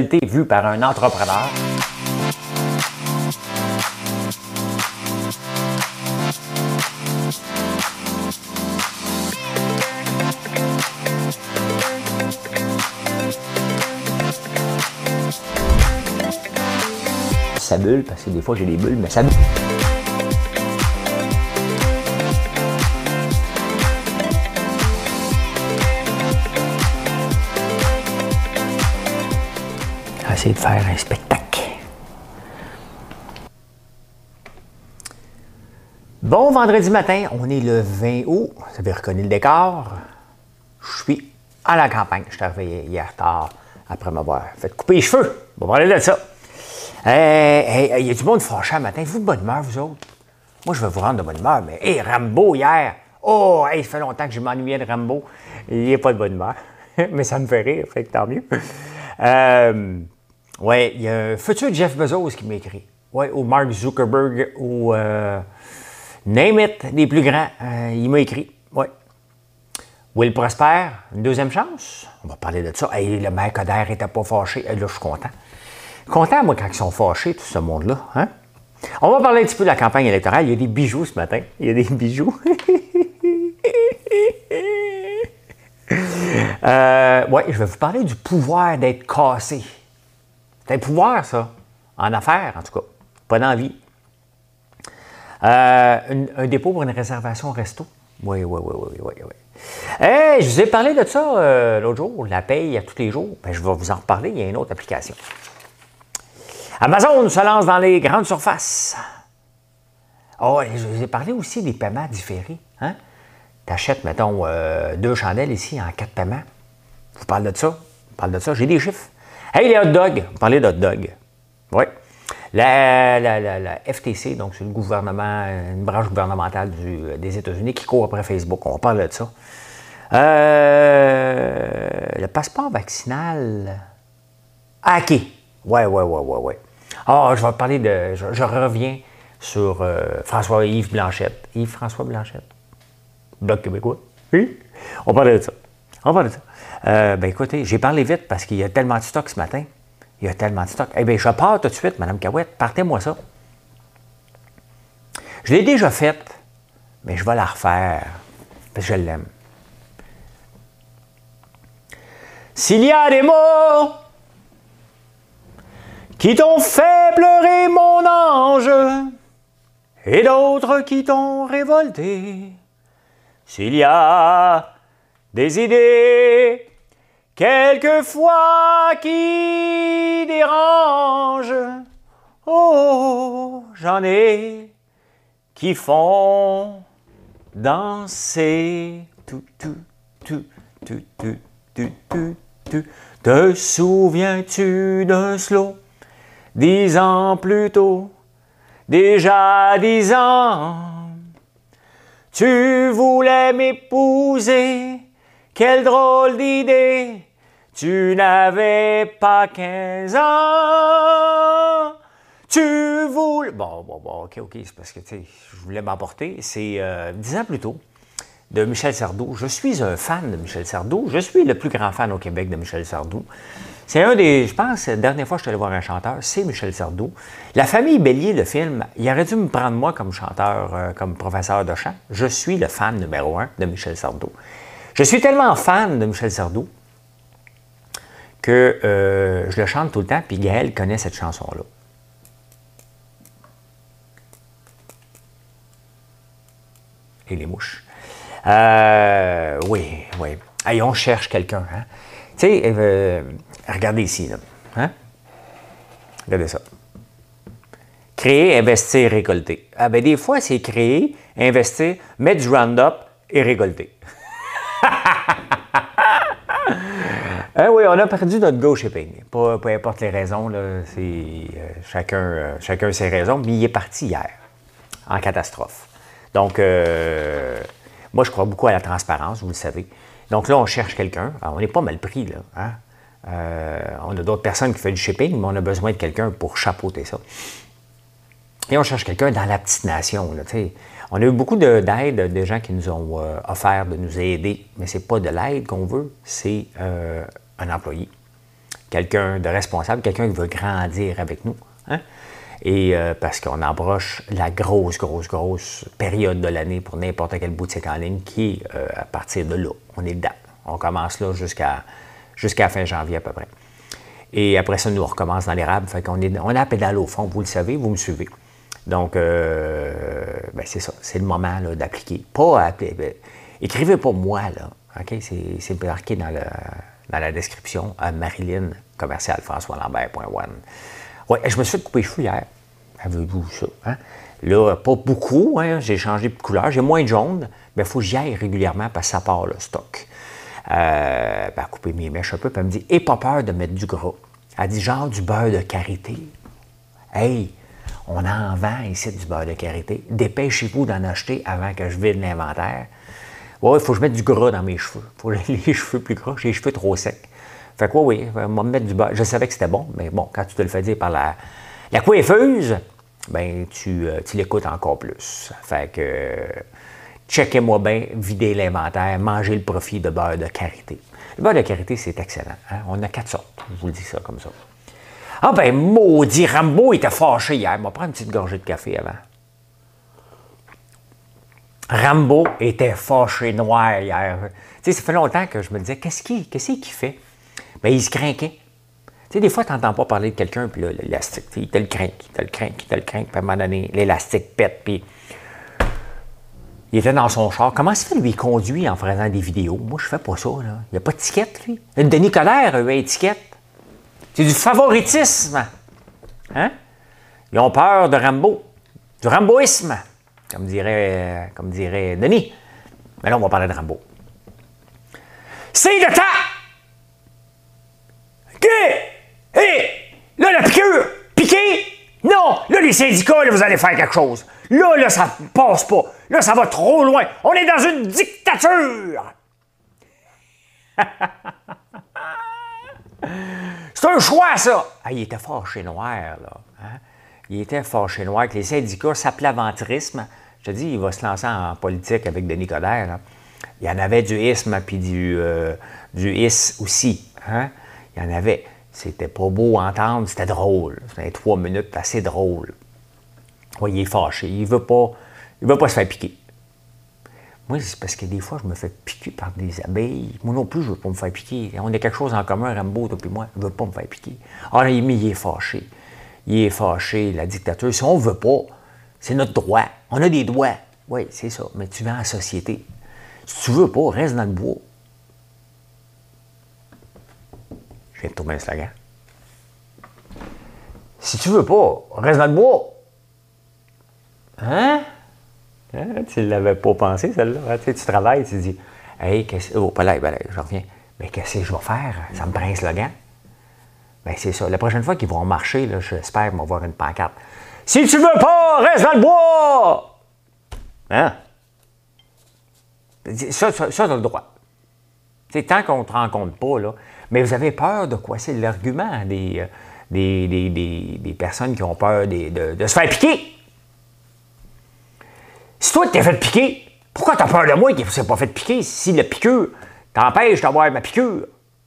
l'actualité vue par un entrepreneur. Ça bulle, parce que des fois j'ai des bulles, mais ça bulle. On va essayer de faire un spectacle. Bon vendredi matin, on est le 20 août. Vous avez reconnu le décor. Je suis à la campagne. Je suis arrivé hier tard après m'avoir fait couper les cheveux. On va parler de ça. Il y a du monde fâché à matin. Vous de bonne humeur, vous autres? Moi, je vais vous rendre de bonne humeur, mais Rambo hier! Oh, ça fait longtemps que je m'ennuyais de Rambo. Il n'est pas de bonne humeur. Mais ça me fait rire, fait que tant mieux. Ouais, il y a un futur Jeff Bezos qui m'écrit. Ouais, ou Mark Zuckerberg, ou name it, les plus grands. Il m'a écrit. Ouais. Will Prosper, une deuxième chance. On va parler de ça. Hey, le maire Coder n'était pas fâché. Là, je suis content. Content, moi, quand ils sont fâchés, tout ce monde-là. Hein? On va parler un petit peu de la campagne électorale. Il y a des bijoux ce matin. Il y a des bijoux. Oui, je vais vous parler du pouvoir d'être cassé. C'est un pouvoir, ça. En affaires, en tout cas. Pas dans la vie. Un dépôt pour une réservation au resto. Oui. Hey, je vous ai parlé de ça l'autre jour, la paye à tous les jours. Ben, je vais vous en reparler. Il y a une autre application. Amazon se lance dans les grandes surfaces. Oh, je vous ai parlé aussi des paiements différés. Hein? Tu achètes, mettons, 2 chandelles ici en 4 paiements. Je vous parle de ça. J'ai des chiffres. Hey, les hot dogs. Vous parlez d'hot dogs. Oui. La FTC, donc c'est le gouvernement, une branche gouvernementale des États-Unis qui court après Facebook. On va parler de ça. Le passeport vaccinal hacké. Ouais. Ah, je vais parler de... Je reviens sur François-Yves Blanchette. Yves-François Blanchette. Bloc québécois. Oui. On va parler de ça. Ben écoutez, j'ai parlé vite parce qu'il y a tellement de stock ce matin. Eh bien, je pars tout de suite, Mme Cahouette. Partez-moi ça. Je l'ai déjà faite, mais je vais la refaire parce que je l'aime. S'il y a des mots qui t'ont fait pleurer, mon ange, et d'autres qui t'ont révolté, s'il y a des idées quelquefois qui dérangent, oh, j'en ai qui font danser. Te souviens-tu d'un slow 10 ans plus tôt, déjà 10 ans, tu voulais m'épouser, quelle drôle d'idée, tu n'avais pas 15 ans, tu voulais... Bon, ok, c'est parce que, tu sais, je voulais m'emporter, c'est 10 ans plus tôt, de Michel Sardou. Je suis un fan de Michel Sardou, je suis le plus grand fan au Québec de Michel Sardou. C'est un des, je pense, la dernière fois que je suis allé voir un chanteur, c'est Michel Sardou. La famille Bélier, le film, il aurait dû me prendre moi comme chanteur, comme professeur de chant. Je suis le fan numéro 1 de Michel Sardou. Je suis tellement fan de Michel Sardou que je le chante tout le temps, puis Gaël connaît cette chanson-là. Et les mouches. Oui. Hey, on cherche quelqu'un, hein? Tu sais, regardez ici, là. Hein? Regardez ça. Créer, investir, récolter. Ah ben des fois, c'est créer, investir, mettre du Roundup et récolter. Oui, on a perdu notre go shipping. Peu importe les raisons, là, c'est chacun ses raisons, mais il est parti hier, en catastrophe. Donc, moi, je crois beaucoup à la transparence, vous le savez. Donc là, on cherche quelqu'un. Alors, on n'est pas mal pris, là. Hein? On a d'autres personnes qui font du shipping, mais on a besoin de quelqu'un pour chapeauter ça. Et on cherche quelqu'un dans la petite nation. Là, on a eu beaucoup d'aide, de gens qui nous ont offert de nous aider, mais ce n'est pas de l'aide qu'on veut, c'est un employé quelqu'un de responsable, quelqu'un qui veut grandir avec nous. Hein? Et parce qu'on embroche la grosse période de l'année pour n'importe quelle boutique en ligne qui est à partir de là. On est dedans. On commence là jusqu'à fin janvier à peu près. Et après ça, nous, on recommence dans l'érable. Fait qu'on est à la pédale au fond, vous le savez, vous me suivez. Donc, ben c'est ça, c'est le moment d'appliquer. Pas appeler, écrivez pas moi, là. OK? C'est marqué dans la description à Marilyn, commercial françoislambert.one. Oui, je me suis fait couper les cheveux hier. Avez-vous ça? Hein? Là, pas beaucoup, hein? J'ai changé de couleur, j'ai moins de jaune, mais il faut que j'y aille régulièrement parce que ça part le stock. Ben, couper mes mèches un peu, puis elle me dit « Aie pas peur de mettre du gras. » Elle dit « Genre du beurre de karité. » Hey, on en vend ici du beurre de karité. Dépêchez-vous d'en acheter avant que je vide l'inventaire. Oui, il faut que je mette du gras dans mes cheveux. Il faut les cheveux plus gras, j'ai les cheveux trop secs. Fait que oui, on va me mettre du beurre. Je savais que c'était bon, mais bon, quand tu te le fais dire par la coiffeuse, ben tu l'écoutes encore plus. Fait que checkez-moi bien, videz l'inventaire, mangez le profit de beurre de karité. Le beurre de karité, c'est excellent. Hein? On a 4 sortes, je vous le dis ça comme ça. Ah ben, maudit, Rambo était fâché hier. On va prendre une petite gorgée de café avant. Rambo était fâché noir hier. Tu sais, ça fait longtemps que je me disais, qu'est-ce qu'il fait? Bien, il se craquait. Tu sais, des fois, tu n'entends pas parler de quelqu'un, puis là, l'élastique, il te le craque, puis à un moment donné, l'élastique pète, puis il était dans son char. Comment ça fait, lui, il conduit en faisant des vidéos? Moi, je fais pas ça, là. Il n'y a pas d'étiquette, lui. Denis Coderre a eu une étiquette. C'est du favoritisme. Hein? Ils ont peur de Rambo. Du ramboïsme, comme dirait Denis. Mais là, on va parler de Rambo. C'est le temps! OK! Hé! Là, la piqûre! Piqué! Non! Là, les syndicats, là, vous allez faire quelque chose. Là, ça passe pas. Là, ça va trop loin. On est dans une dictature! C'est un choix, ça! Ah, il était fâché noir, là. Hein? Il était fâché noir que les syndicats s'applaventrisme. Je te dis, il va se lancer en politique avec Denis Coderre. Là. Il y en avait du isme puis du is aussi. Hein? Il y en avait. C'était pas beau à entendre, c'était drôle. C'était 3 minutes assez drôle. Oui, il est fâché. Il veut pas se faire piquer. Moi, c'est parce que des fois, je me fais piquer par des abeilles. Moi non plus, je ne veux pas me faire piquer. On a quelque chose en commun, Rambo, toi et moi. Je ne veux pas me faire piquer. Ah, mais il est fâché. Il est fâché, la dictature. Si on ne veut pas, c'est notre droit. On a des droits. Oui, c'est ça. Mais tu vas en société. Si tu ne veux pas, reste dans le bois. Je viens de trouver un slogan. Si tu ne veux pas, reste dans le bois. Hein? Tu ne l'avais pas pensé, celle-là. Tu travailles, tu te dis, hey, oh, pas là, je reviens. Mais qu'est-ce que je vais faire? Ça me prend un slogan. Bien, c'est ça. La prochaine fois qu'ils vont marcher, là, j'espère qu'ils vont voir une pancarte. Si tu veux pas, reste dans le bois! Hein? Ça tu as le droit. C'est tant qu'on ne te rencontre pas, là. Mais vous avez peur de quoi? C'est l'argument des personnes qui ont peur de se faire piquer. Si toi, tu t'es fait piquer, pourquoi tu as peur de moi qui ne s'est pas fait piquer si la piqûre t'empêche d'avoir ma piqûre?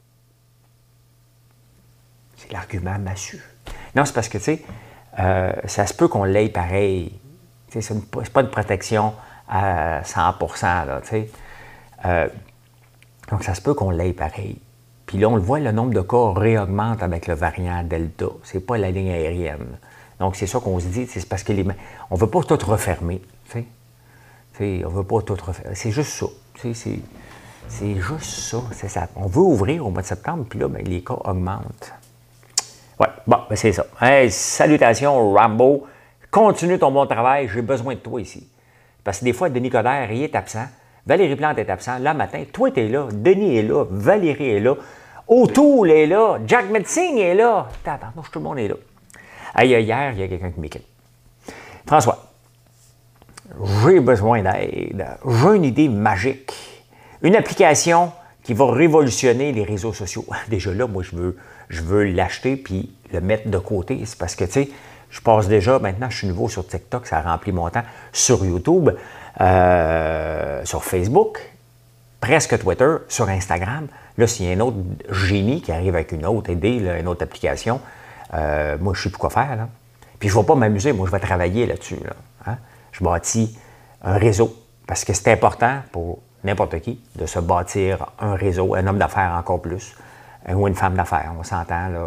C'est l'argument massu. Non, c'est parce que, tu sais, ça se peut qu'on l'aille pareil. Tu sais, c'est pas une protection à 100%, là, tu sais. Donc, ça se peut qu'on l'aille pareil. Puis là, on le voit, le nombre de cas réaugmente avec le variant Delta. C'est pas la ligne aérienne. Donc, c'est ça qu'on se dit, c'est parce que on ne veut pas tout refermer, tu sais. On ne veut pas tout refaire. C'est juste ça. C'est juste ça. On veut ouvrir au mois de septembre, puis là, bien, les cas augmentent. Oui, bon, ben c'est ça. Hey, salutations, Rambo. Continue ton bon travail. J'ai besoin de toi ici. Parce que des fois, Denis Coderre, il est absent. Valérie Plante est absent. Là, matin, toi, tu es là. Denis est là. Valérie est là. O'Toole est là. Jack Metzing est là. Attends, tout le monde est là. Hey, hier, il y a quelqu'un qui m'écrit. François. J'ai besoin d'aide. J'ai une idée magique. Une application qui va révolutionner les réseaux sociaux. Déjà là, moi, je veux l'acheter puis le mettre de côté. C'est parce que, tu sais, je passe déjà, maintenant, je suis nouveau sur TikTok, ça remplit mon temps, sur YouTube, sur Facebook. presque Twitter, sur Instagram. Là, s'il y a un autre génie qui arrive avec une autre idée, là, une autre application, moi, je ne sais plus quoi faire. Là. Puis je ne vais pas m'amuser, moi, je vais travailler là-dessus. Là, hein? Je bâtis un réseau, parce que c'est important pour n'importe qui de se bâtir un réseau, un homme d'affaires encore plus, ou une femme d'affaires, on s'entend, là,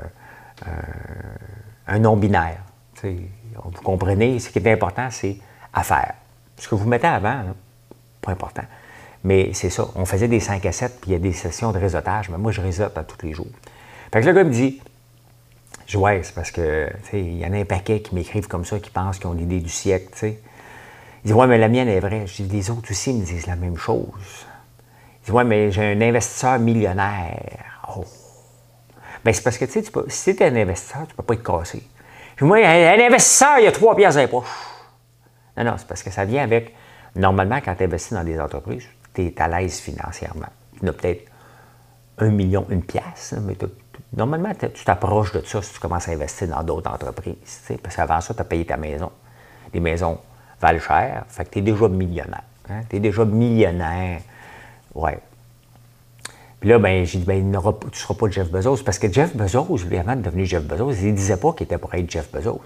un non-binaire. Vous comprenez, ce qui est important, c'est affaires. Ce que vous mettez avant, là, pas important. Mais c'est ça, on faisait des 5 à 7, puis il y a des sessions de réseautage, mais moi, je réseaute à tous les jours. Fait que le gars me dit, ouais, c'est parce que, il y en a un paquet qui m'écrivent comme ça, qui pensent qu'ils ont l'idée du siècle, tu sais. Il dit, ouais, mais la mienne est vraie. Je dis, les autres aussi me disent la même chose. Il dit, ouais, mais j'ai un investisseur millionnaire. Oh. Bien, c'est parce que, tu sais, si tu es un investisseur, tu ne peux pas être cassé. Je dis, moi, un investisseur, il y a 3 piastres dans les poches. Non, c'est parce que ça vient avec, normalement, quand tu investis dans des entreprises, tu es à l'aise financièrement. Tu as peut-être 1 million, une pièce, mais normalement, tu t'approches de ça si tu commences à investir dans d'autres entreprises. Parce qu'avant ça, tu as payé ta maison. Les maisons valent cher, fait que tu es déjà millionnaire. Hein? Tu es déjà millionnaire. Ouais. Puis là, ben, j'ai dit, ben, tu ne seras pas Jeff Bezos, parce que Jeff Bezos, lui, avant de devenir Jeff Bezos, il ne disait pas qu'il était pour être Jeff Bezos.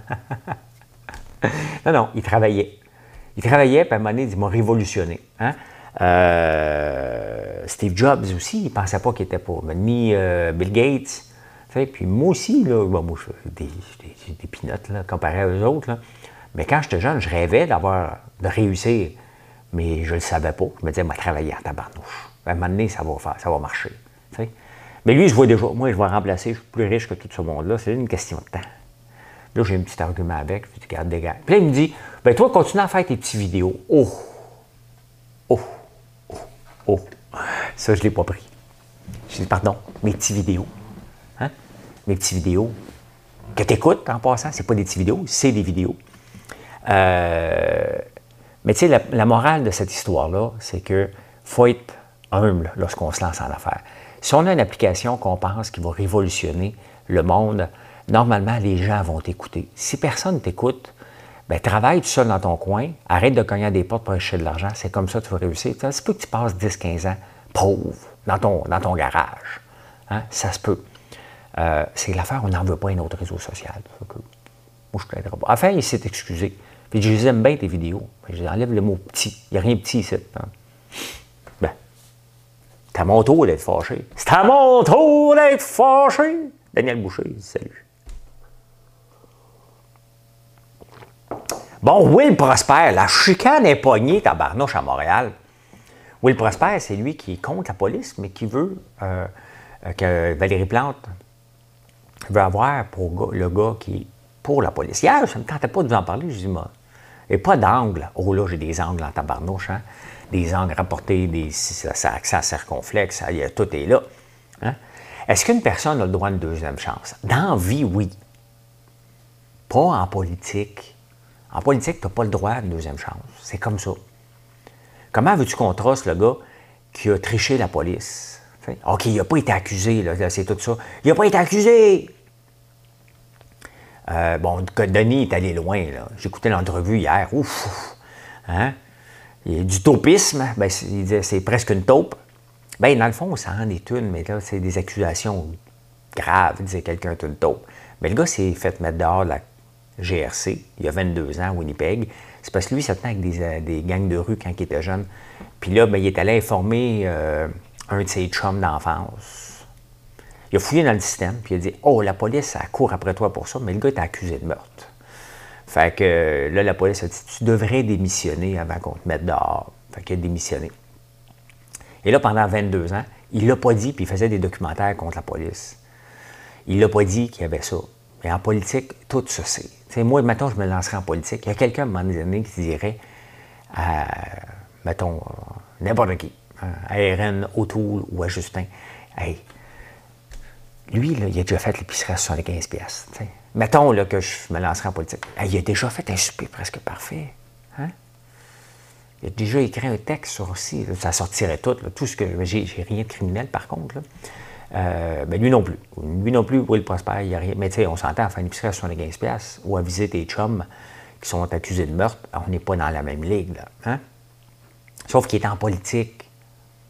Non, il travaillait. Il travaillait, puis à un moment donné, il m'a révolutionné. Hein? Steve Jobs aussi, il ne pensait pas qu'il était pour. Ni Bill Gates. Puis moi aussi, là, bon, moi, j'ai des pinottes là, comparé aux autres. Là. Mais quand j'étais jeune, je rêvais de réussir. Mais je ne le savais pas. Je me disais, moi, travailler à tabarnouche. À un moment donné, ça va marcher. T'sais. Mais lui, je vois déjà, moi, je vais remplacer, je suis plus riche que tout ce monde-là. C'est une question de temps. Là, j'ai un petit argument avec, je dis, regarde, des gars. Puis là, il me dit, ben toi, continue à faire tes petites vidéos. Oh! Ça, je ne l'ai pas pris. Je dis, pardon, mes petites vidéos. Hein? Mes petites vidéos que tu écoutes en passant, c'est pas des petites vidéos, c'est des vidéos. Mais tu sais, la morale de cette histoire-là, c'est qu'il faut être humble lorsqu'on se lance en affaires. Si on a une application qu'on pense qui va révolutionner le monde, normalement, les gens vont t'écouter. Si personne ne t'écoute, bien, travaille tout seul dans ton coin, arrête de cogner à des portes pour acheter de l'argent, c'est comme ça que tu vas réussir. Ça se peut que tu passes 10-15 ans pauvre dans ton garage. Hein? Ça se peut. C'est l'affaire, on n'en veut pas un autre réseau social. Moi, je ne t'aiderai pas. Enfin, il s'est excusé. Puis je les aime bien, tes vidéos. J'enlève le mot petit. Il n'y a rien de petit ici. Hein? Ben, c'est à mon tour d'être fâché. C'est à mon tour d'être fâché. Daniel Boucher, salut. Bon, Will Prosper, la chicane est pognée, tabarnouche, à Montréal. Will Prosper, c'est lui qui est contre la police, mais qui veut que Valérie Plante veut avoir pour le gars qui est pour la police. Hier, ça ne me tentait pas de vous en parler, je dis, moi, et pas d'angle. Oh là, j'ai des angles en tabarnouche, hein? Des angles rapportés, accent circonflexe, tout est là. Hein? Est-ce qu'une personne a le droit à une deuxième chance? Dans la vie, oui. Pas en politique. En politique, tu n'as pas le droit à une deuxième chance. C'est comme ça. Comment veux-tu qu'on trace le gars qui a triché la police? T'sais? OK, il n'a pas été accusé, là, c'est tout ça. Il n'a pas été accusé! Bon, que Denis est allé loin, là. J'écoutais l'entrevue hier. Ouf! Hein? Il y a du taupisme. Ben, il disait c'est presque une taupe. Bien, dans le fond, ça en est une, mais là, c'est des accusations graves. Il disait quelqu'un est une taupe. Mais le gars s'est fait mettre dehors de la GRC, il y a 22 ans, à Winnipeg. C'est parce que lui, il se tenait avec des gangs de rue quand il était jeune. Puis là, bien, il est allé informer un de ses chums d'enfance. Il a fouillé dans le système, puis il a dit « Oh, la police, elle court après toi pour ça, mais le gars est accusé de meurtre. » Fait que là, la police a dit « Tu devrais démissionner avant qu'on te mette dehors. » Fait qu'il a démissionné. Et là, pendant 22 ans, il ne l'a pas dit, puis il faisait des documentaires contre la police. Il ne l'a pas dit qu'il y avait ça. Mais en politique, tout se sait. T'sais, moi, mettons, je me lancerais en politique. Il y a quelqu'un, à un moment donné, qui dirait, mettons, n'importe qui, à RN, O'Toole ou à Justin, hey, lui, là, il a déjà fait l'épicerie à 75 pièces. Mettons là, que je me lancerais en politique. Hey, il a déjà fait un souper presque parfait. Hein? Il a déjà écrit un texte sur aussi. Là, ça sortirait tout. Là, tout ce que j'ai rien de criminel, par contre. Là. Ben lui non plus. Lui non plus, Will Prosper, il n'y a rien. Mais tu sais, on s'entend à faire une épicerie à 75 pièces ou à visiter tes chums qui sont accusés de meurtre. On n'est pas dans la même ligue. Là, hein? Sauf qu'il est en politique.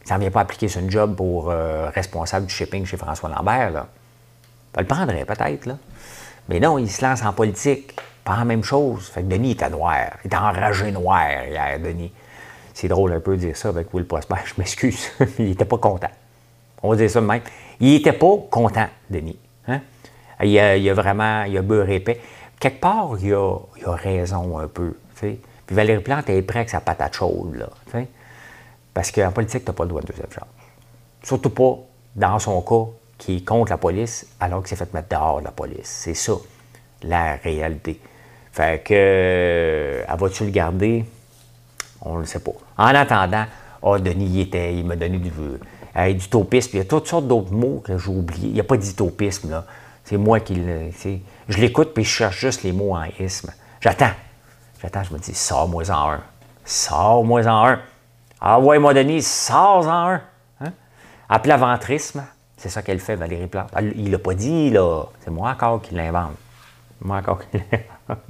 Ça ne vient pas appliquer sur une job pour responsable du shipping chez François Lambert, là. Ça le prendrait peut-être, là. Mais non, il se lance en politique. Pas la même chose. Fait que Denis était noir. Il était enragé noir hier, Denis. C'est drôle un peu de dire ça avec Will Prosper. Je m'excuse. Il n'était pas content. On va dire ça de même. Il n'était pas content, Denis. Hein? Il a vraiment, il a beurré épais. Quelque part, il a raison un peu. T'sais. Puis Valérie Plante est prête avec sa patate chaude, là. T'sais. Parce qu'en politique, tu n'as pas le droit de deuxième chance. Surtout pas dans son cas, qui est contre la police, alors qu'il s'est fait mettre dehors de la police. C'est ça, la réalité. Fait que, va-tu le garder? On ne le sait pas. En attendant, Denis, il m'a donné du topisme. Il y a toutes sortes d'autres mots que j'ai oubliés. Il n'y a pas d'utopisme, là. C'est moi qui le... Je l'écoute, puis je cherche juste les mots en isme. J'attends, je me dis, sors-moi-en un. Sors-moi-en un. Ah ouais, moi, Denis, sors-en un. Hein? Aplaventrisme, c'est ça qu'elle fait, Valérie Plante. Il ne l'a pas dit, là. C'est moi encore qui l'invente. Moi encore qui l'invente.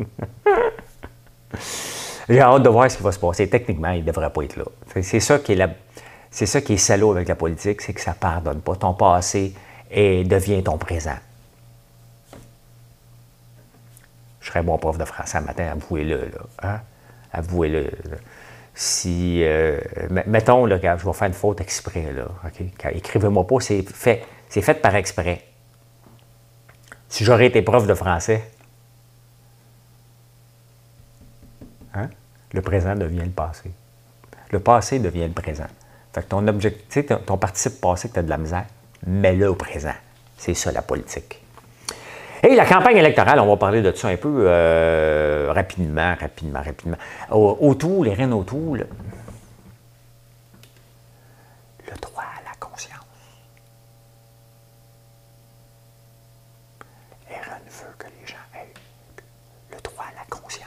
J'ai hâte de voir ce qui va se passer. Techniquement, il ne devrait pas être là. C'est ça qui est salaud avec la politique, c'est que ça ne pardonne pas. Ton passé devient ton présent. Je serais bon prof de français un matin, avouez-le. Là, hein? Avouez-le. Là. Si, mettons, là, je vais faire une faute exprès. Là, okay? Écrivez-moi pas, c'est fait par exprès. Si j'aurais été prof de français, hein? Le présent devient le passé. Le passé devient le présent. Fait que ton objectif, ton participe passé que tu as de la misère, mets-le au présent. C'est ça la politique. Et la campagne électorale, on va parler de ça un peu rapidement. O'Toole, les reines O'Toole, le droit à la conscience. Erin veut que les gens aient le droit à la conscience.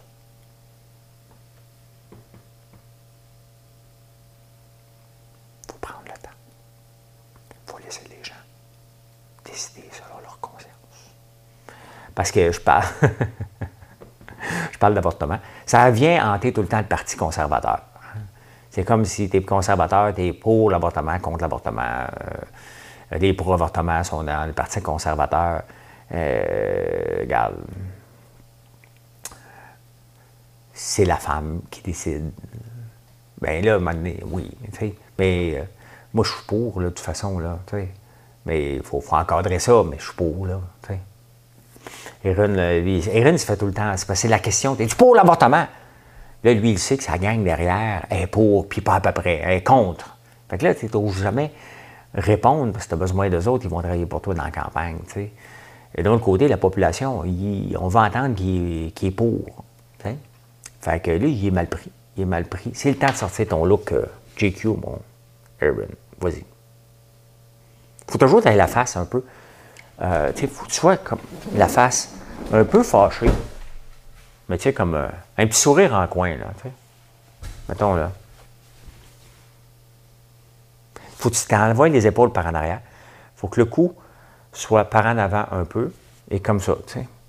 Il faut prendre le temps. Il faut laisser les gens décider selon leur conscience. Parce que je parle d'avortement. Ça vient hanter tout le temps le Parti conservateur. C'est comme si tu es conservateur, tu es pour l'avortement, contre l'avortement. Les pro-avortements sont dans le Parti conservateur. Regarde, c'est la femme qui décide. Bien là, à un moment donné, oui. Mais moi, je suis pour, là, de toute façon. Là, mais il faut encadrer ça, mais je suis pour. Là, Erin se fait tout le temps. C'est la question, es-tu pour l'avortement? Là, lui, il sait que sa gang derrière est pour, puis pas à peu près, elle est contre. Fait que là, tu n'oses jamais répondre, parce que tu as besoin d'eux autres, ils vont travailler pour toi dans la campagne. T'sais. Et de l'autre côté, la population, on va entendre qu'il est pour. T'sais. Fait que là, il est mal pris. C'est le temps de sortir ton look JQ, mon Erin. Vas-y. Faut toujours que tu aies la face un peu. Il faut que tu sois comme la face un peu fâchée, mais tu sais, comme un petit sourire en coin, là, tu sais. Mettons, là. Faut que tu t'envoies les épaules par en arrière. Faut que le cou soit par en avant un peu, et comme ça, tu sais.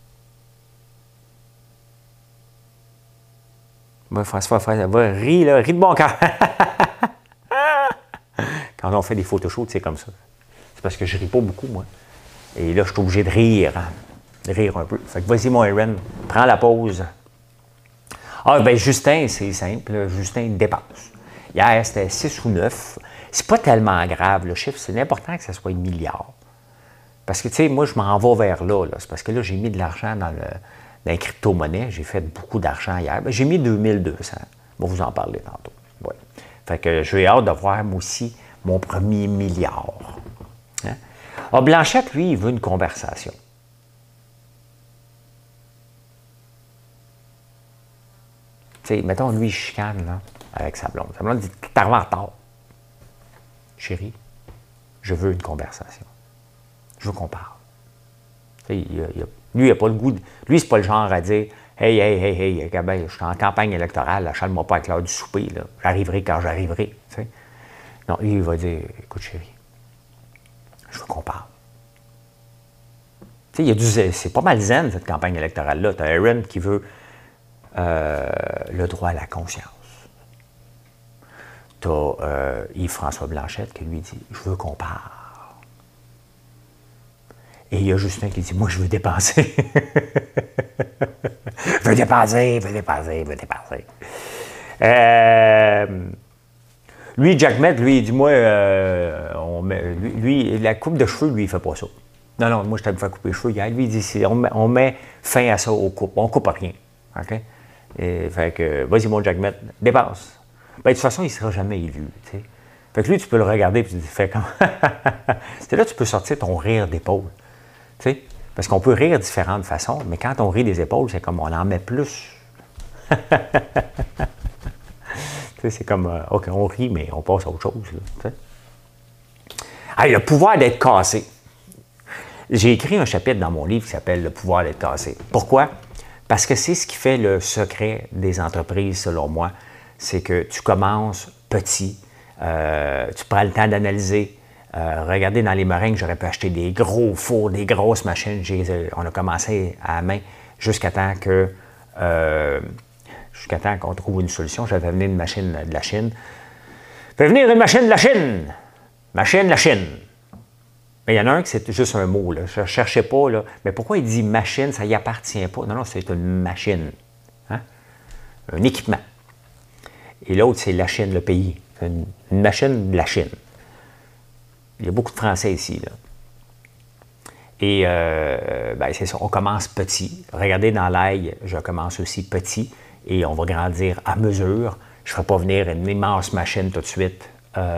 François, va, ris de bon cœur. Quand on fait des photoshots, c'est comme ça. C'est parce que je ris pas beaucoup, moi. Et là, je suis obligé de rire un peu. Fait que vas-y, mon Erin, prends la pause. Ah, ben Justin, c'est simple. Là, Justin dépasse. Hier, c'était 6 ou 9. C'est pas tellement grave, le chiffre. C'est important que ça soit milliard. Parce que, tu sais, moi, je m'en vais vers là. C'est parce que là, j'ai mis de l'argent dans les crypto-monnaies. J'ai fait beaucoup d'argent hier. Ben, j'ai mis 2200. On va vous en parler tantôt. Ouais. Fait que j'ai hâte de voir, moi aussi, mon premier milliard. Hein? Ah, Blanchette, lui, il veut une conversation. Tu sais, mettons, lui, il chicane, là, avec sa blonde. Sa blonde dit, t'es arrivé en retard. Chérie, je veux une conversation. Je veux qu'on parle. Tu sais, lui, il n'a pas le goût. Lui, c'est pas le genre à dire, hey, ben, je suis en campagne électorale, achale-moi pas avec l'heure du souper, là. J'arriverai quand j'arriverai. Tu sais. Non, lui, il va dire, écoute, chérie, je veux qu'on parle. Tu sais, c'est pas mal zen, cette campagne électorale-là. Tu as Erin qui veut le droit à la conscience. tu as Yves-François Blanchette qui lui dit « Je veux qu'on parle ». Et il y a Justin qui dit « Moi, je veux dépenser. » Je veux dépenser, je veux dépenser, je veux dépenser. Lui, Jack Met, lui, il dit « Moi, lui, la coupe de cheveux, lui, il fait pas ça. » Non, non, moi, je t'aime faire couper les cheveux. Lui, il dit on met fin à ça aux coupes. On coupe rien. OK? Et, fait que, vas-y, mon Jack Met, dépense. Ben, de toute façon, il ne sera jamais élu. T'sais. Fait que lui, tu peux le regarder et tu te fais comme. C'est là que tu peux sortir ton rire d'épaule. T'sais? Parce qu'on peut rire de différentes façons, mais quand on rit des épaules, c'est comme on en met plus. C'est comme, OK, on rit, mais on passe à autre chose. Là, hey, le pouvoir d'être cassé. J'ai écrit un chapitre dans mon livre qui s'appelle « Le pouvoir d'être cassé ». Pourquoi? Parce que c'est ce qui fait le secret des entreprises, selon moi. C'est que tu commences petit, tu prends le temps d'analyser. Regardez, dans les meringues, j'aurais pu acheter des gros fours, des grosses machines. On a commencé à la main jusqu'à temps qu'on trouve une solution. J'avais venir une machine de la Chine. Fais venir une machine de la Chine! Machine de la Chine! Mais il y en a un qui c'est juste un mot, là. Je ne cherchais pas, là. Mais pourquoi il dit machine, ça y appartient pas? Non, non, c'est une machine. Hein? Un équipement. Et l'autre, c'est la Chine, le pays. C'est une machine de la Chine. Il y a beaucoup de Français ici, là. Et ben, c'est ça, on commence petit. Regardez dans l'ail, je commence aussi petit. Et on va grandir à mesure. Je ne ferai pas venir une immense machine tout de suite.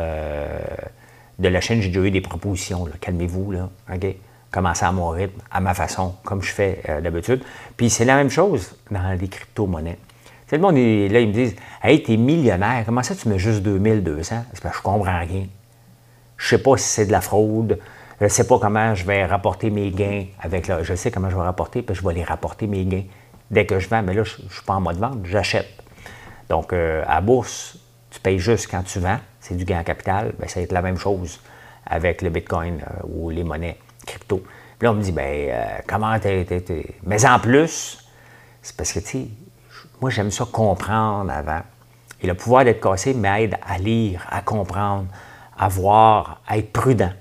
De la Chine, j'ai déjà eu des propositions. Calmez-vous, là. OK? Commencez à mon rythme, à ma façon, comme je fais d'habitude. Puis c'est la même chose dans les crypto-monnaies. Le monde, là, ils me disent « Hey, t'es millionnaire, comment ça tu mets juste 2200? » C'est parce que je comprends rien. Je ne sais pas si c'est de la fraude. Je ne sais pas comment je vais rapporter mes gains avec là. Je sais comment je vais rapporter, puis je vais les rapporter mes gains dès que je vends. Mais là, je ne suis pas en mode vente, j'achète. Donc, à la bourse, tu payes juste quand tu vends. C'est du gain en capital. Bien, ça va être la même chose avec le Bitcoin ou les monnaies crypto. Puis là, on me dit, comment Mais en plus, c'est parce que, tu sais, moi, j'aime ça comprendre avant. Et le pouvoir d'être cassé m'aide à lire, à comprendre, à voir, à être prudent.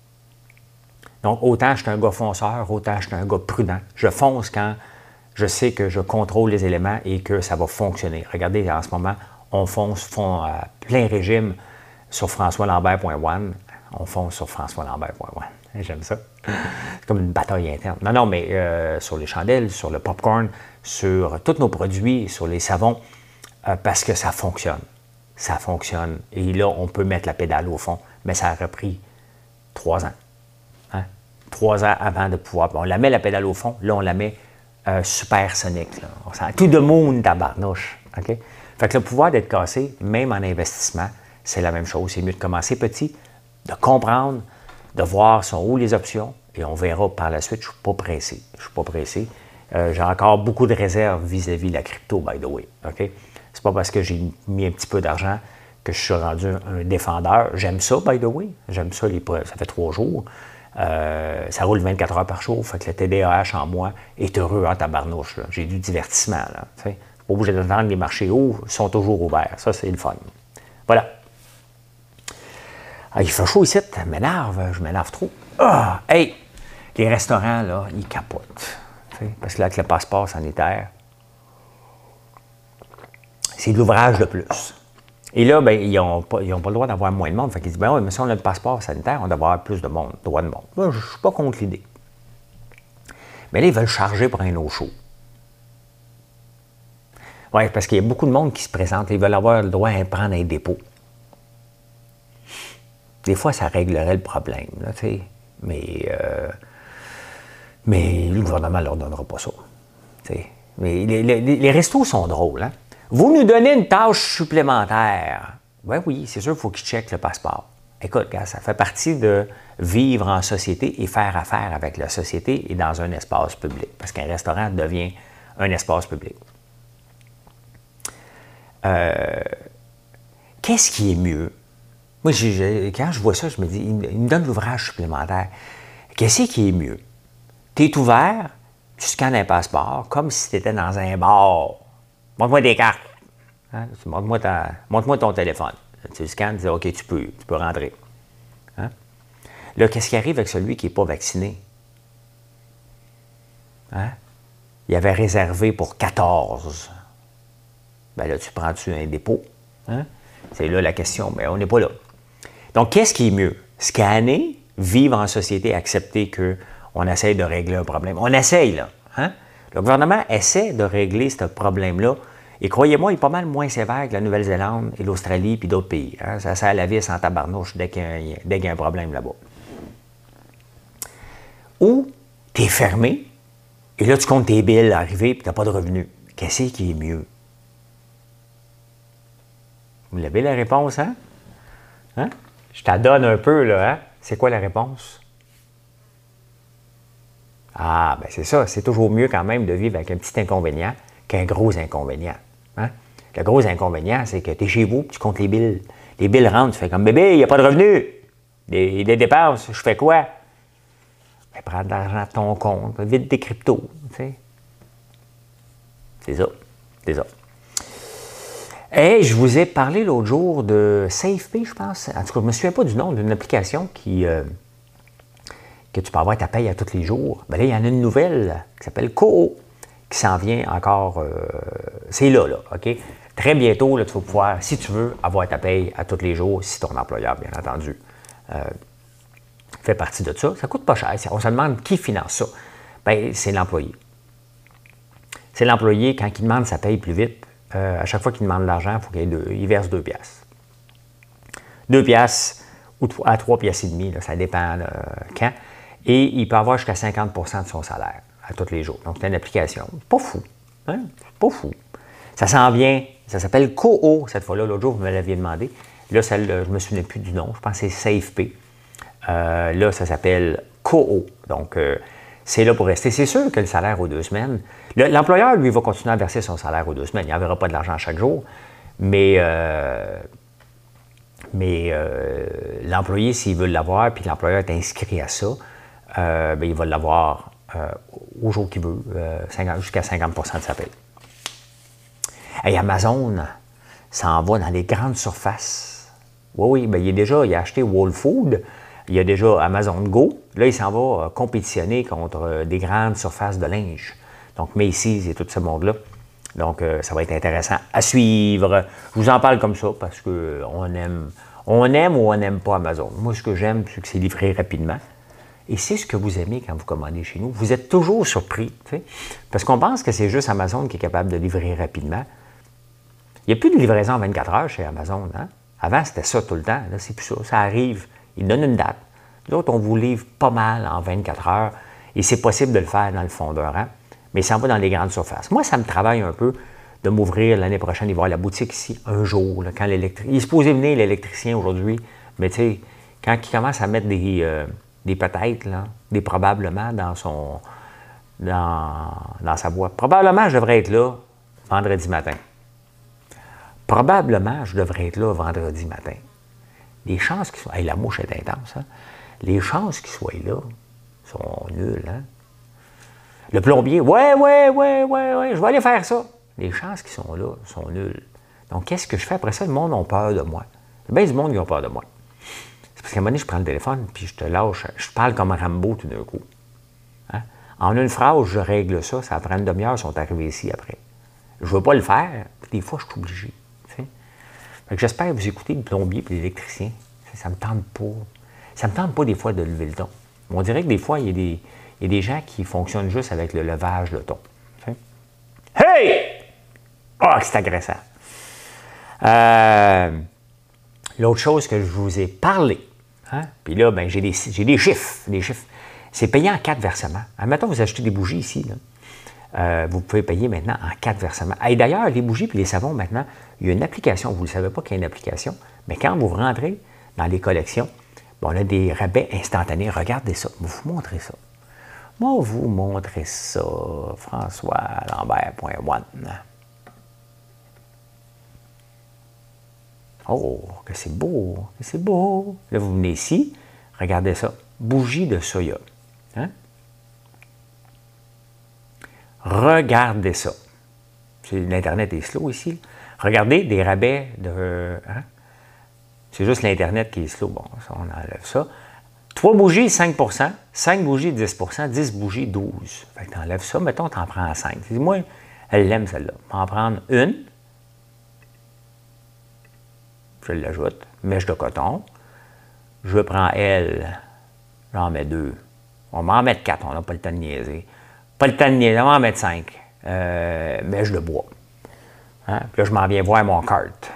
Donc, autant je suis un gars fonceur, autant je suis un gars prudent. Je fonce quand je sais que je contrôle les éléments et que ça va fonctionner. Regardez, en ce moment, on fonce à plein régime sur françoislambert.one. On fonce sur françoislambert.one. J'aime ça. C'est comme une bataille interne. Non, non, mais sur les chandelles, sur le popcorn, sur tous nos produits, sur les savons, parce que ça fonctionne. Ça fonctionne. Et là, on peut mettre la pédale au fond. Mais ça a pris 3 ans. Hein? 3 ans avant de pouvoir. On la met la pédale au fond. Là, on la met supersonique. Tout de moon tabarnouche. OK? Fait que le pouvoir d'être cassé, même en investissement, c'est la même chose. C'est mieux de commencer petit, de comprendre, de voir sont où les options, et on verra par la suite. Je ne suis pas pressé. Je suis pas pressé. J'ai encore beaucoup de réserves vis-à-vis de la crypto, by the way. OK? C'est pas parce que j'ai mis un petit peu d'argent que je suis rendu un défendeur. J'aime ça, by the way. J'aime ça, ça fait 3 jours. Ça roule 24 heures par jour. Fait que le TDAH en moi est heureux en tabarnouche. J'ai du divertissement. Là, t'sais. Pas obligé d'attendre les marchés hauts, sont toujours ouverts. Ça, c'est le fun. Voilà. Ah, il fait chaud ici. Je m'énerve trop. Ah, hey! Les restaurants, là, ils capotent. Parce que là, avec le passeport sanitaire, c'est de l'ouvrage de plus. Et là, ben, ils n'ont pas le droit d'avoir moins de monde. Fait qu'ils disent, ben oui, mais si on a le passeport sanitaire, on doit avoir plus de monde, droit de monde. Moi, je ne suis pas contre l'idée. Mais là, ils veulent charger pour un eau chaud. Oui, parce qu'il y a beaucoup de monde qui se présente. Ils veulent avoir le droit à prendre un dépôt. Des fois, ça réglerait le problème, là, tu sais. Mais le gouvernement ne leur donnera pas ça. T'sais. Mais les restos sont drôles, hein? Vous nous donnez une tâche supplémentaire. Ben oui, c'est sûr qu'il faut qu'ils checkent le passeport. Écoute, gars, ça fait partie de vivre en société et faire affaire avec la société et dans un espace public. Parce qu'un restaurant devient un espace public. Qu'est-ce qui est mieux? Moi, quand je vois ça, je me dis, il me donne l'ouvrage supplémentaire. Qu'est-ce qui est mieux? Tu es ouvert, tu scannes un passeport comme si tu étais dans un bar. Montre-moi des cartes. Hein? Montre-moi ton téléphone. Tu le scannes, tu dis, OK, tu peux rentrer. Hein? Là, qu'est-ce qui arrive avec celui qui n'est pas vacciné? Hein? Il avait réservé pour 14. Bien là, tu prends-tu un dépôt? Hein? C'est là la question, mais on n'est pas là. Donc, qu'est-ce qui est mieux? Scanner, vivre en société, accepter qu'on essaye de régler un problème. On essaye, là. Hein? Le gouvernement essaie de régler ce problème-là. Et croyez-moi, il est pas mal moins sévère que la Nouvelle-Zélande et l'Australie puis d'autres pays. Hein? Ça sert la vis en tabarnouche dès qu'il y a un problème là-bas. Ou tu es fermé, et là, tu comptes tes billes arriver, puis tu n'as pas de revenus. Qu'est-ce qui est mieux? Vous l'avez la réponse, hein? Hein? Je t'en donne un peu, là, hein? C'est quoi la réponse? Ah, ben c'est ça. C'est toujours mieux quand même de vivre avec un petit inconvénient qu'un gros inconvénient. Hein? Le gros inconvénient, c'est que tu es chez vous, tu comptes les billes. Les billes rentrent, tu fais comme bébé, il n'y a pas de revenus. Des dépenses, je fais quoi? Ben, prends de l'argent de ton compte, vide des cryptos, tu sais. C'est ça. C'est ça. Et je vous ai parlé l'autre jour de SafePay, je pense. En tout cas, je ne me souviens pas du nom d'une application que tu peux avoir ta paye à tous les jours. Bien là, il y en a une nouvelle qui s'appelle Koho, qui s'en vient encore. C'est là, OK? Très bientôt, là, tu vas pouvoir, si tu veux, avoir ta paye à tous les jours, si ton employeur, bien entendu, fait partie de ça. Ça ne coûte pas cher. On se demande qui finance ça. Bien, c'est l'employé. C'est l'employé, quand il demande sa paye plus vite, à chaque fois qu'il demande de l'argent, il faut qu'il verse 2 piastres. 2 piastres ou à 3 piastres et demi, là, ça dépend quand. Et il peut avoir jusqu'à 50 de son salaire à tous les jours. Donc, c'est une application. Pas fou. Hein? Pas fou. Ça s'en vient. Ça s'appelle Koho, cette fois-là. L'autre jour, vous me l'aviez demandé. Là, je ne me souviens plus du nom. Je pense que c'est SafePay. Là, ça s'appelle Koho. Donc, c'est là pour rester. C'est sûr que le salaire aux 2 semaines, l'employeur, lui, va continuer à verser son salaire aux 2 semaines. Il n'enverra pas de l'argent chaque jour. Mais l'employé, s'il veut l'avoir, puis l'employeur est inscrit à ça, bien, il va l'avoir au jour qu'il veut, jusqu'à 50 de sa paie. Et Amazon s'en va dans les grandes surfaces. Oui, bien, il a acheté Whole Foods. Il y a déjà Amazon Go. Là, il s'en va compétitionner contre des grandes surfaces de linge. Donc, Macy's et tout ce monde-là. Donc, ça va être intéressant à suivre. Je vous en parle comme ça parce qu'on aime ou on n'aime pas Amazon. Moi, ce que j'aime, c'est que c'est livré rapidement. Et c'est ce que vous aimez quand vous commandez chez nous. Vous êtes toujours surpris, tu sais, parce qu'on pense que c'est juste Amazon qui est capable de livrer rapidement. Il n'y a plus de livraison en 24 heures chez Amazon. Hein? Avant, c'était ça tout le temps. Là, c'est plus ça. Ça arrive. Ils donnent une date. Nous autres, on vous livre pas mal en 24 heures. Et c'est possible de le faire dans le fond d'un rang. Mais ça va dans les grandes surfaces. Moi, ça me travaille un peu de m'ouvrir l'année prochaine et voir la boutique ici un jour. Là, quand il est supposé venir l'électricien aujourd'hui. Mais tu sais, quand il commence à mettre des peut-être, là, des probablement dans sa boîte. Probablement, je devrais être là vendredi matin. Probablement, je devrais être là vendredi matin. Les chances qu'il soit... Hey, la mouche est intense, hein? Les chances qu'il soit là sont nulles, hein? Le plombier, ouais, je vais aller faire ça. Les chances qu'ils sont là sont nulles. Donc, qu'est-ce que je fais après ça? Le monde a peur de moi. Il y a bien du monde qui a peur de moi. C'est parce qu'à un moment donné, je prends le téléphone, puis je te lâche. Je parle comme Rambo tout d'un coup. Hein? En une phrase, je règle ça. Ça prend une demi-heure, ils sont arrivés ici après. Je ne veux pas le faire, puis des fois, je suis obligé. J'espère que vous écoutez le plombier et l'électricien. Ça ne me tente pas. Ça ne me tente pas des fois de lever le ton. On dirait que des fois, il y a des gens qui fonctionnent juste avec le levage de ton. T'sais? Hey! Ah, c'est agressant. L'autre chose que je vous ai parlé, hein? Puis là, ben, j'ai des chiffres. C'est payé en 4 versements. Admettons, vous achetez des bougies ici, là. Vous pouvez payer maintenant en 4 versements. Et d'ailleurs, les bougies et les savons, maintenant, il y a une application. Vous ne savez pas qu'il y a une application, mais quand vous rentrez dans les collections, bon, on a des rabais instantanés. Regardez ça. Je vais vous montrer ça. Moi, vous montrer ça. François Lambert.one. Oh, que c'est beau. Que c'est beau. Là, vous venez ici. Regardez ça. Bougie de soya. Hein? Regardez ça. L'Internet est slow ici. Regardez des rabais de C'est juste l'Internet qui est slow. Bon, ça, on enlève ça. 3 bougies, 5 5 bougies, 10 10 bougies, 12 Fait que tu enlèves ça. Mettons, tu en prends 5. Moi, elle l'aime, celle-là. Je vais en prendre une. Je l'ajoute. Mèche de coton. Je prends elle. J'en mets 2. On va en mettre 4. On n'a pas le temps de niaiser. Pas le temps de niaiser. On va en mettre 5. Mèche de bois. Hein? Puis là, je m'en viens voir mon cart.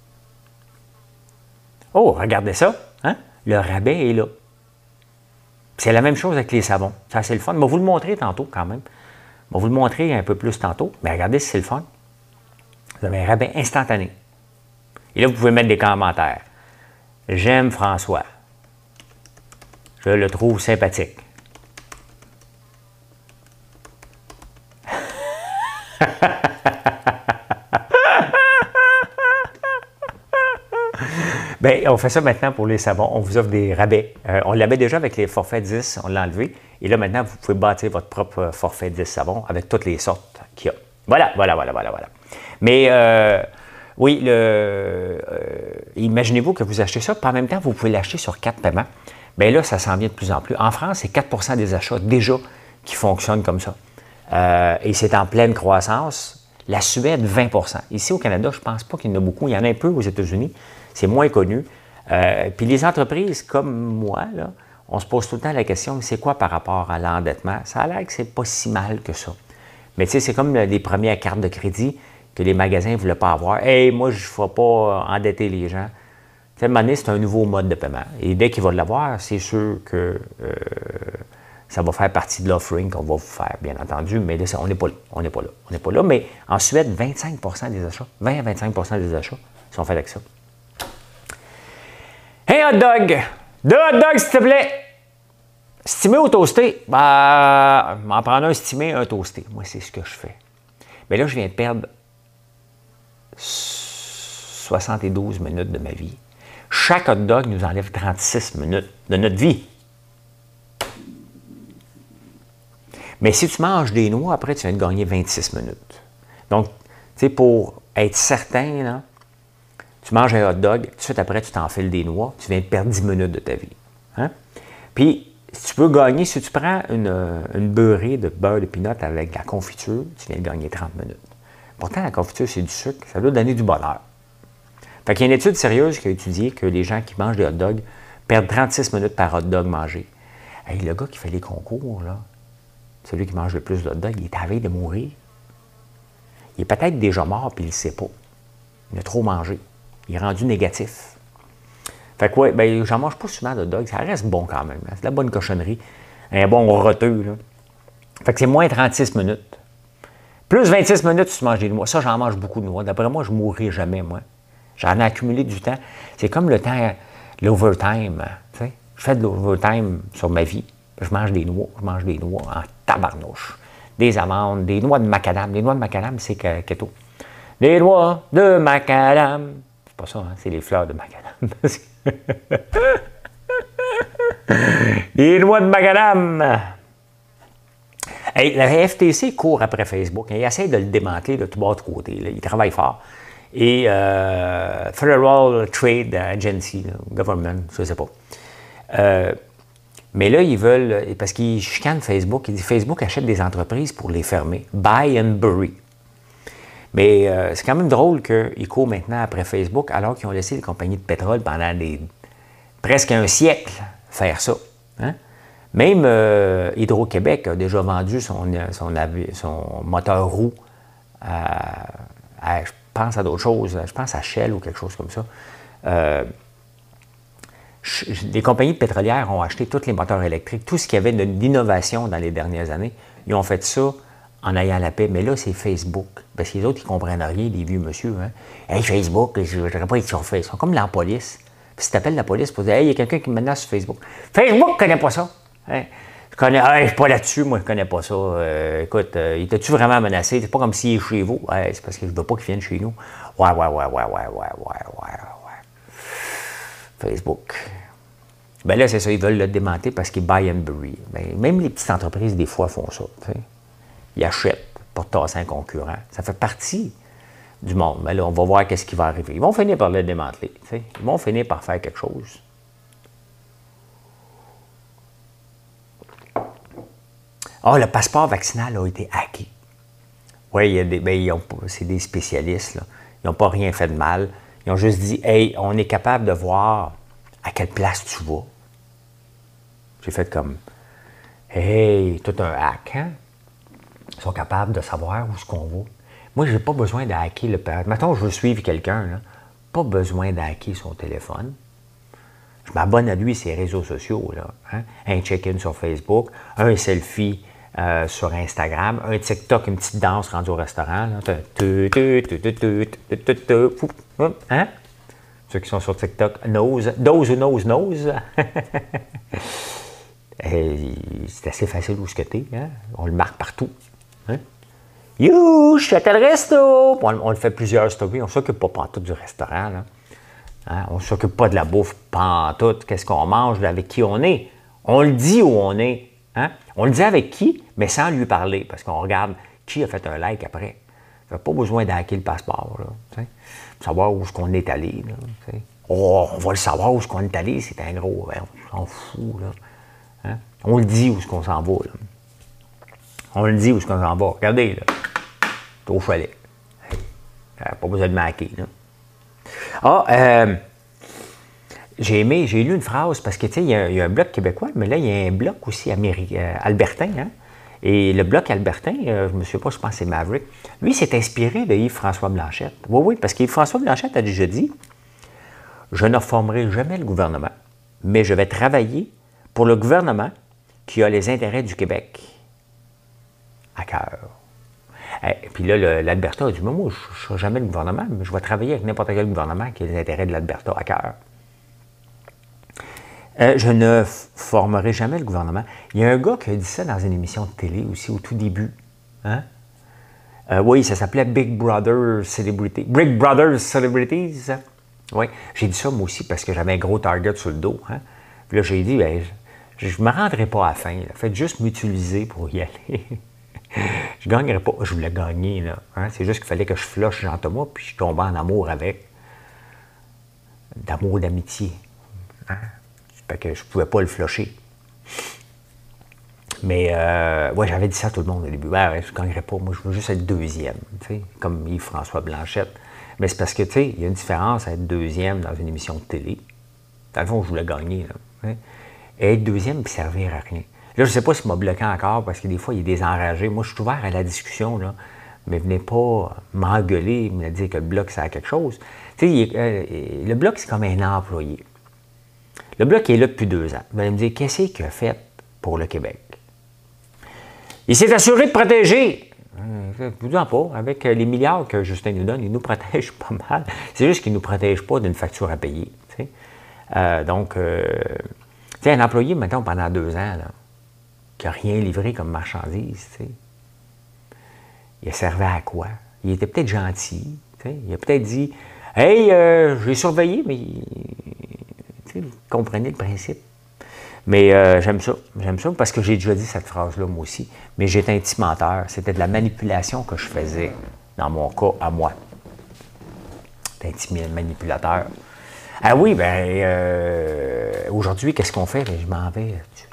Oh, regardez ça. Hein? Le rabais est là. C'est la même chose avec les savons. Ça, c'est le fun. Je vais vous le montrer tantôt, quand même. Je vais vous le montrer un peu plus tantôt. Mais regardez si c'est le fun. Vous avez un rabais instantané. Et là, vous pouvez mettre des commentaires. J'aime François. Je le trouve sympathique. Bien, on fait ça maintenant pour les savons. On vous offre des rabais. On l'avait déjà avec les forfaits 10, on l'a enlevé. Et là, maintenant, vous pouvez bâtir votre propre forfait 10 savons avec toutes les sortes qu'il y a. Voilà. Mais oui, imaginez-vous que vous achetez ça, puis en même temps, vous pouvez l'acheter sur 4 paiements. Bien là, ça s'en vient de plus en plus. En France, c'est 4 des achats déjà qui fonctionnent comme ça. Et c'est en pleine croissance. La Suède, 20 Ici, au Canada, je ne pense pas qu'il y en a beaucoup. Il y en a un peu aux États-Unis. C'est moins connu. Puis les entreprises comme moi, là, on se pose tout le temps la question, c'est quoi par rapport à l'endettement? Ça a l'air que c'est pas si mal que ça. Mais tu sais, c'est comme les premières cartes de crédit que les magasins ne voulaient pas avoir. « Hey, moi, je ne vais pas endetter les gens. » Tu sais, à un moment donné, c'est un nouveau mode de paiement. Et dès qu'ils vont l'avoir, c'est sûr que ça va faire partie de l'offering qu'on va vous faire, bien entendu. Mais là, on n'est pas là. On n'est pas là. Mais en Suède, 25 des achats, 20 à 25 des achats sont faits avec ça. Hey, hot dog! 2 hot dogs, s'il te plaît! Stimé ou toasté? Ben, m'en prendre un stimé, un toasté. Moi, c'est ce que je fais. Mais là, je viens de perdre 72 minutes de ma vie. Chaque hot dog nous enlève 36 minutes de notre vie. Mais si tu manges des noix, après, tu viens de gagner 26 minutes. Donc, tu sais, pour être certain, là, tu manges un hot dog, tout de suite après, tu t'enfiles des noix, tu viens de perdre 10 minutes de ta vie. Hein? Puis, si tu veux gagner, si tu prends une beurrée de beurre de pinot avec la confiture, tu viens de gagner 30 minutes. Pourtant, la confiture, c'est du sucre, ça doit donner du bonheur. Fait qu'il y a une étude sérieuse qui a étudié que les gens qui mangent des hot dogs perdent 36 minutes par hot dog mangé. Hey, le gars qui fait les concours, là, celui qui mange le plus de hot dog, il est à la veille de mourir. Il est peut-être déjà mort, puis il ne le sait pas. Il a trop mangé. Il est rendu négatif. Fait que, ouais, ben, j'en mange pas souvent de hot dog. Ça reste bon quand même. Hein. C'est de la bonne cochonnerie. Un bon roteux, là. Fait que c'est moins 36 minutes. Plus 26 minutes, tu manges des noix. Ça, j'en mange beaucoup de noix. D'après moi, je ne mourrai jamais, moi. J'en ai accumulé du temps. C'est comme le temps, l'overtime. Tu sais? Je fais de l'overtime sur ma vie. Je mange des noix. Je mange des noix en tabarnouche. Des amandes, des noix de macadam. Les noix de macadam, c'est keto. Des noix de macadam. C'est pas ça, hein? C'est les fleurs de macadam. Les noix de macadam. Hey, la FTC court après Facebook. Il essaie de le démanteler de tout bas de côté. Là. Il travaille fort. Et Federal Trade Agency, là, Government, je ne sais pas. Mais là, ils veulent, parce qu'ils chicanent Facebook, ils disent Facebook achète des entreprises pour les fermer. Buy and bury. Mais c'est quand même drôle qu'ils courent maintenant après Facebook alors qu'ils ont laissé les compagnies de pétrole pendant presque un siècle faire ça. Hein? Même Hydro-Québec a déjà vendu son moteur roue je pense à d'autres choses. Je pense à Shell ou quelque chose comme ça. Les compagnies pétrolières ont acheté tous les moteurs électriques, tout ce qu'il y avait d'innovation dans les dernières années. Ils ont fait ça en ayant la paix. Mais là, c'est Facebook. Parce que les autres, ils ne comprennent rien, les vieux monsieur. Hein? Hey, Facebook, je ne voudrais pas être sur Facebook. Ils sont comme la police. Puis si tu appelles la police pour dire, hey, il y a quelqu'un qui me menace sur Facebook. Facebook ne connaît pas ça. Hein? Je ne suis pas là-dessus, moi, je ne connais pas ça. Écoute, il t'a-tu vraiment menacé? C'est pas comme s'il est chez vous. Ouais, c'est parce que je ne veux pas qu'il vienne chez nous. Ouais. Facebook. Ben là, c'est ça, ils veulent le démanteler parce qu'ils buy and bury. Ben, même les petites entreprises, des fois, font ça. T'sais. Ils achètent pour tasser un concurrent. Ça fait partie. du monde. Mais là, on va voir qu'est-ce qui va arriver. Ils vont finir par le démanteler. T'sais. Ils vont finir par faire quelque chose. Ah, le passeport vaccinal a été hacké. Oui, c'est des spécialistes. Là. Ils n'ont pas rien fait de mal. Ils ont juste dit, hey, on est capable de voir à quelle place tu vas. J'ai fait comme, hey, tout un hack, hein? Ils sont capables de savoir où est-ce qu'on va. Moi, je n'ai pas besoin de hacker le père. Mettons, je veux suivre quelqu'un, là. Pas besoin de hacker son téléphone. Je m'abonne à lui ses réseaux sociaux, là. Hein? Un check-in sur Facebook, un selfie sur Instagram, un TikTok, une petite danse rendue au restaurant. Là. Hein? Ceux qui sont sur TikTok, dose ou nose. C'est assez facile où ce que t'es. Hein? On le marque partout. Hein? You, je suis à tel resto! On le fait plusieurs stories. On ne s'occupe pas pantoute du restaurant. Là. Hein? On ne s'occupe pas de la bouffe pantoute. Qu'est-ce qu'on mange, avec qui on est. On le dit où on est. Hein? On le dit avec qui, mais sans lui parler, parce qu'on regarde qui a fait un like après. On n'a pas besoin d'hacker le passeport, là, pour savoir où est-ce qu'on est allé. Là, oh, on va le savoir où est-ce qu'on est allé, c'est un gros... on s'en fout, là. Hein? On le dit où est-ce qu'on s'en va, là. On le dit où est-ce qu'on s'en va. Regardez, là. C'est au chalet. Hey, pas besoin de maquer, là. Ah, j'ai lu une phrase parce que, tu sais, il y a un bloc québécois, mais là, il y a un bloc aussi albertain, hein? Et le bloc albertain, je ne me souviens pas, je pense que c'est Maverick, lui, s'est inspiré de Yves-François Blanchet. Oui, parce qu'Yves-François Blanchet a déjà dit « Je ne formerai jamais le gouvernement, mais je vais travailler pour le gouvernement qui a les intérêts du Québec à cœur. » Et puis là, l'Alberta a dit « Moi, je ne serai jamais le gouvernement, mais je vais travailler avec n'importe quel gouvernement qui a les intérêts de l'Alberta à cœur. » Je ne formerai jamais le gouvernement. Il y a un gars qui a dit ça dans une émission de télé aussi, au tout début. Hein? Oui, ça s'appelait Big Brother Celebrity. Big Brother Celebrities. Oui, j'ai dit ça moi aussi parce que j'avais un gros target sur le dos. Hein? Puis là, j'ai dit, ben, je ne me rendrai pas à la fin. Là. Faites juste m'utiliser pour y aller. Je ne gagnerai pas. Je voulais gagner. Là. Hein? C'est juste qu'il fallait que je flush Jean-Thomas, puis je tombais en amour avec. D'amour, d'amitié. Hein? Fait que je ne pouvais pas le flusher. Mais, ouais, j'avais dit ça à tout le monde au début. Ouais, je ne gagnerais pas. Moi, je veux juste être deuxième, tu sais, comme Yves-François Blanchet. Mais c'est parce que, tu sais, il y a une différence à être deuxième dans une émission de télé. Dans le fond, je voulais gagner, là. Et être deuxième et servir à rien. Là, je ne sais pas s'il m'a bloqué encore, parce que des fois, il y a des enragés. Moi, je suis ouvert à la discussion, là. Mais venez pas m'engueuler, me dire que le bloc, ça a quelque chose. Tu sais, le bloc, c'est comme un employé. Le Bloc est là depuis 2 ans. Vous allez me dire, qu'est-ce qu'il a fait pour le Québec? Il s'est assuré de protéger. Je ne vous dis pas, avec les milliards que Justin nous donne, il nous protège pas mal. C'est juste qu'il ne nous protège pas d'une facture à payer. Donc, tu sais, un employé, mettons, pendant 2 ans, là, qui n'a rien livré comme marchandise, tu sais, il a servi à quoi? Il était peut-être gentil. Tu sais, il a peut-être dit, hey, j'ai surveillé, mais... Vous comprenez le principe. Mais j'aime ça parce que j'ai déjà dit cette phrase-là, moi aussi. Mais j'étais un petit menteur. C'était de la manipulation que je faisais, dans mon cas, à moi. J'étais un petit manipulateur. Ah oui, bien, aujourd'hui, qu'est-ce qu'on fait? Bien, je m'en vais.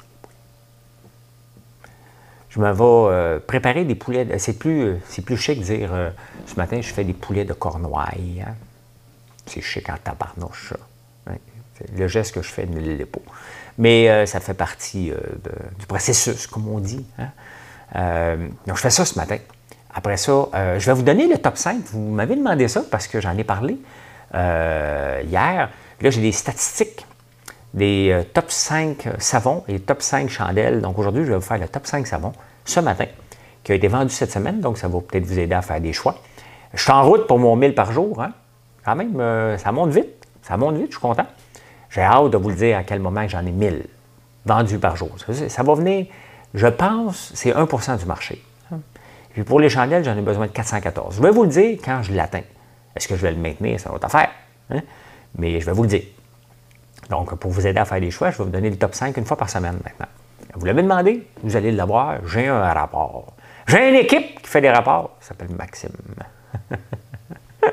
Je me vais préparer des poulets. C'est plus chic de dire, ce matin, je fais des poulets de Cornouailles. Hein? C'est chic en tabarnouche, ça. Hein? Le geste que je fais ne l'est pas. Mais ça fait partie du processus, comme on dit. Hein? Donc, je fais ça ce matin. Après ça, je vais vous donner le top 5. Vous m'avez demandé ça parce que j'en ai parlé hier. Là, j'ai des statistiques des top 5 savons et top 5 chandelles. Donc, aujourd'hui, je vais vous faire le top 5 savons ce matin, qui a été vendu cette semaine. Donc, ça va peut-être vous aider à faire des choix. Je suis en route pour mon 1000 par jour. Hein? Quand même, ça monte vite. Ça monte vite, je suis content. J'ai hâte de vous le dire à quel moment j'en ai 1000 vendus par jour. Ça va venir, je pense, c'est 1% du marché. Puis pour les chandelles, j'en ai besoin de 414. Je vais vous le dire quand je l'atteins. Est-ce que je vais le maintenir? C'est une autre affaire. Hein? Mais je vais vous le dire. Donc, pour vous aider à faire des choix, je vais vous donner le top 5 une fois par semaine maintenant. Vous l'avez demandé, vous allez l'avoir. J'ai un rapport. J'ai une équipe qui fait des rapports. Ça s'appelle Maxime.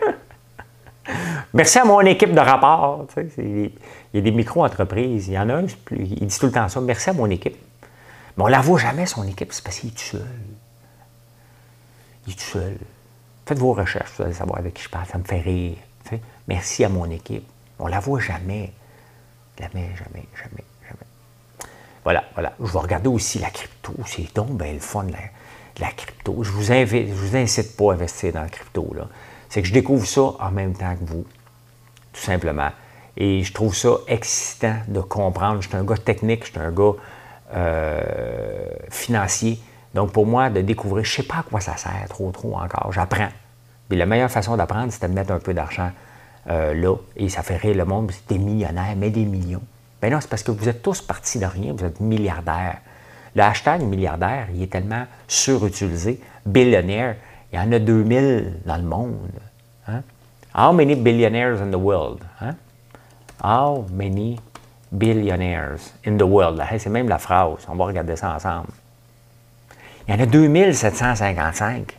Merci à mon équipe de rapport. Tu sais, il y a des micro-entreprises. Il y en a un, il dit tout le temps ça. Merci à mon équipe. Mais on ne la voit jamais, son équipe. C'est parce qu'il est tout seul. Il est tout seul. Faites vos recherches, vous allez savoir avec qui je parle. Ça me fait rire. Tu sais. Merci à mon équipe. On ne la voit jamais. Jamais, jamais, jamais, jamais. Voilà, voilà. Je vais regarder aussi la crypto. C'est donc bien le fun, la crypto. Je vous incite pas à investir dans la crypto, là. C'est que je découvre ça en même temps que vous, tout simplement. Et je trouve ça excitant de comprendre. Je suis un gars technique, je suis un gars financier. Donc, pour moi, de découvrir, je ne sais pas à quoi ça sert trop encore. J'apprends. Mais la meilleure façon d'apprendre, c'est de mettre un peu d'argent là. Et ça fait rire le monde. C'est des millionnaires, mais des millions. Ben non, c'est parce que vous êtes tous partis de rien. Vous êtes milliardaires. Le hashtag milliardaire, il est tellement surutilisé. Billionnaire, il y en a 2000 dans le monde. Hein? How many billionaires in the world? Hein? How many billionaires in the world? Hey, c'est même la phrase. On va regarder ça ensemble. Il y en a 2755.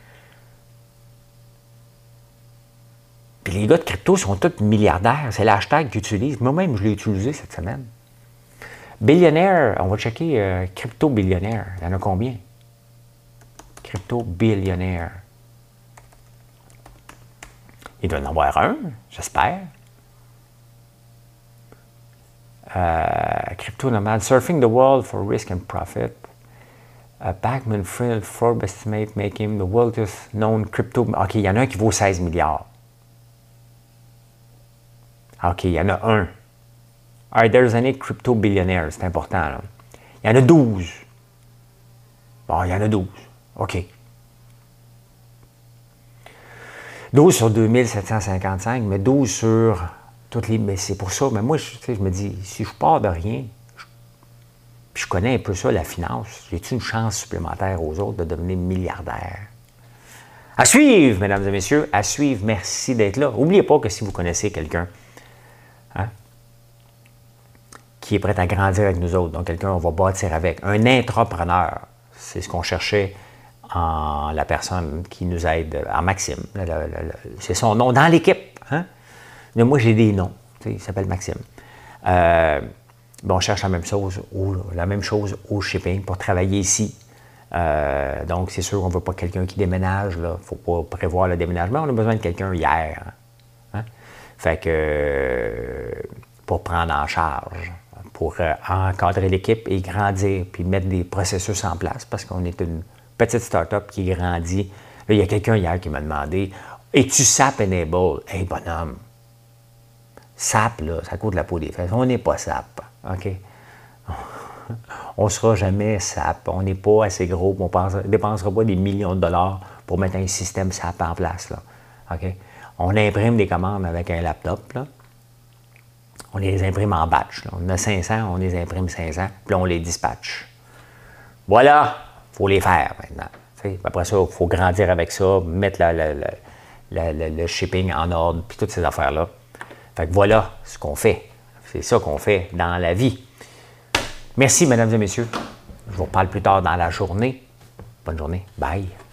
Puis les gars de crypto sont tous milliardaires. C'est l'hashtag qu'ils utilisent. Moi-même, je l'ai utilisé cette semaine. Billionnaire, on va checker crypto-billionnaire. Il y en a combien? Crypto-billionnaire. Il doit y en avoir un, j'espère. Crypto nomade, surfing the world for risk and profit. Backman Friend, Forbes estimate make him the wealthiest known crypto. OK, il y en a un qui vaut 16 milliards. OK, il y en a un. Are there any crypto billionaires? C'est important, là. Il y en a 12. Bon, il y en a 12. OK. 12 sur 2755, mais 12 sur toutes les... Mais c'est pour ça. Mais moi, je me dis, si je pars de rien, puis je connais un peu ça, la finance, j'ai-tu une chance supplémentaire aux autres de devenir milliardaire? À suivre, mesdames et messieurs, à suivre. Merci d'être là. N'oubliez pas que si vous connaissez quelqu'un qui est prêt à grandir avec nous autres, donc quelqu'un qu'on va bâtir avec, un intrapreneur, c'est ce qu'on cherchait en la personne qui nous aide, en Maxime. C'est son nom dans l'équipe. Hein? Mais moi, j'ai des noms. Il s'appelle Maxime. On cherche la même chose au shipping pour travailler ici. Donc, c'est sûr qu'on ne veut pas quelqu'un qui déménage. Il ne faut pas prévoir le déménagement. On a besoin de quelqu'un hier. Hein? Fait que pour prendre en charge, pour encadrer l'équipe et grandir, puis mettre des processus en place, parce qu'on est une petite start-up qui grandit. Là, il y a quelqu'un hier qui m'a demandé « Es-tu SAP Enable? » Hey, bonhomme! SAP, là, ça coûte la peau des fesses. On n'est pas SAP, OK? On ne sera jamais SAP. On n'est pas assez gros. On ne dépensera pas des millions de dollars pour mettre un système SAP en place, là. OK? On imprime des commandes avec un laptop, là. On les imprime en batch. Là. On en a 500, on les imprime 500, puis là, on les dispatche. Voilà, il faut les faire maintenant. T'sais. Après ça, il faut grandir avec ça, mettre le shipping en ordre, puis toutes ces affaires-là. Fait que voilà ce qu'on fait. C'est ça qu'on fait dans la vie. Merci, mesdames et messieurs. Je vous reparle plus tard dans la journée. Bonne journée. Bye.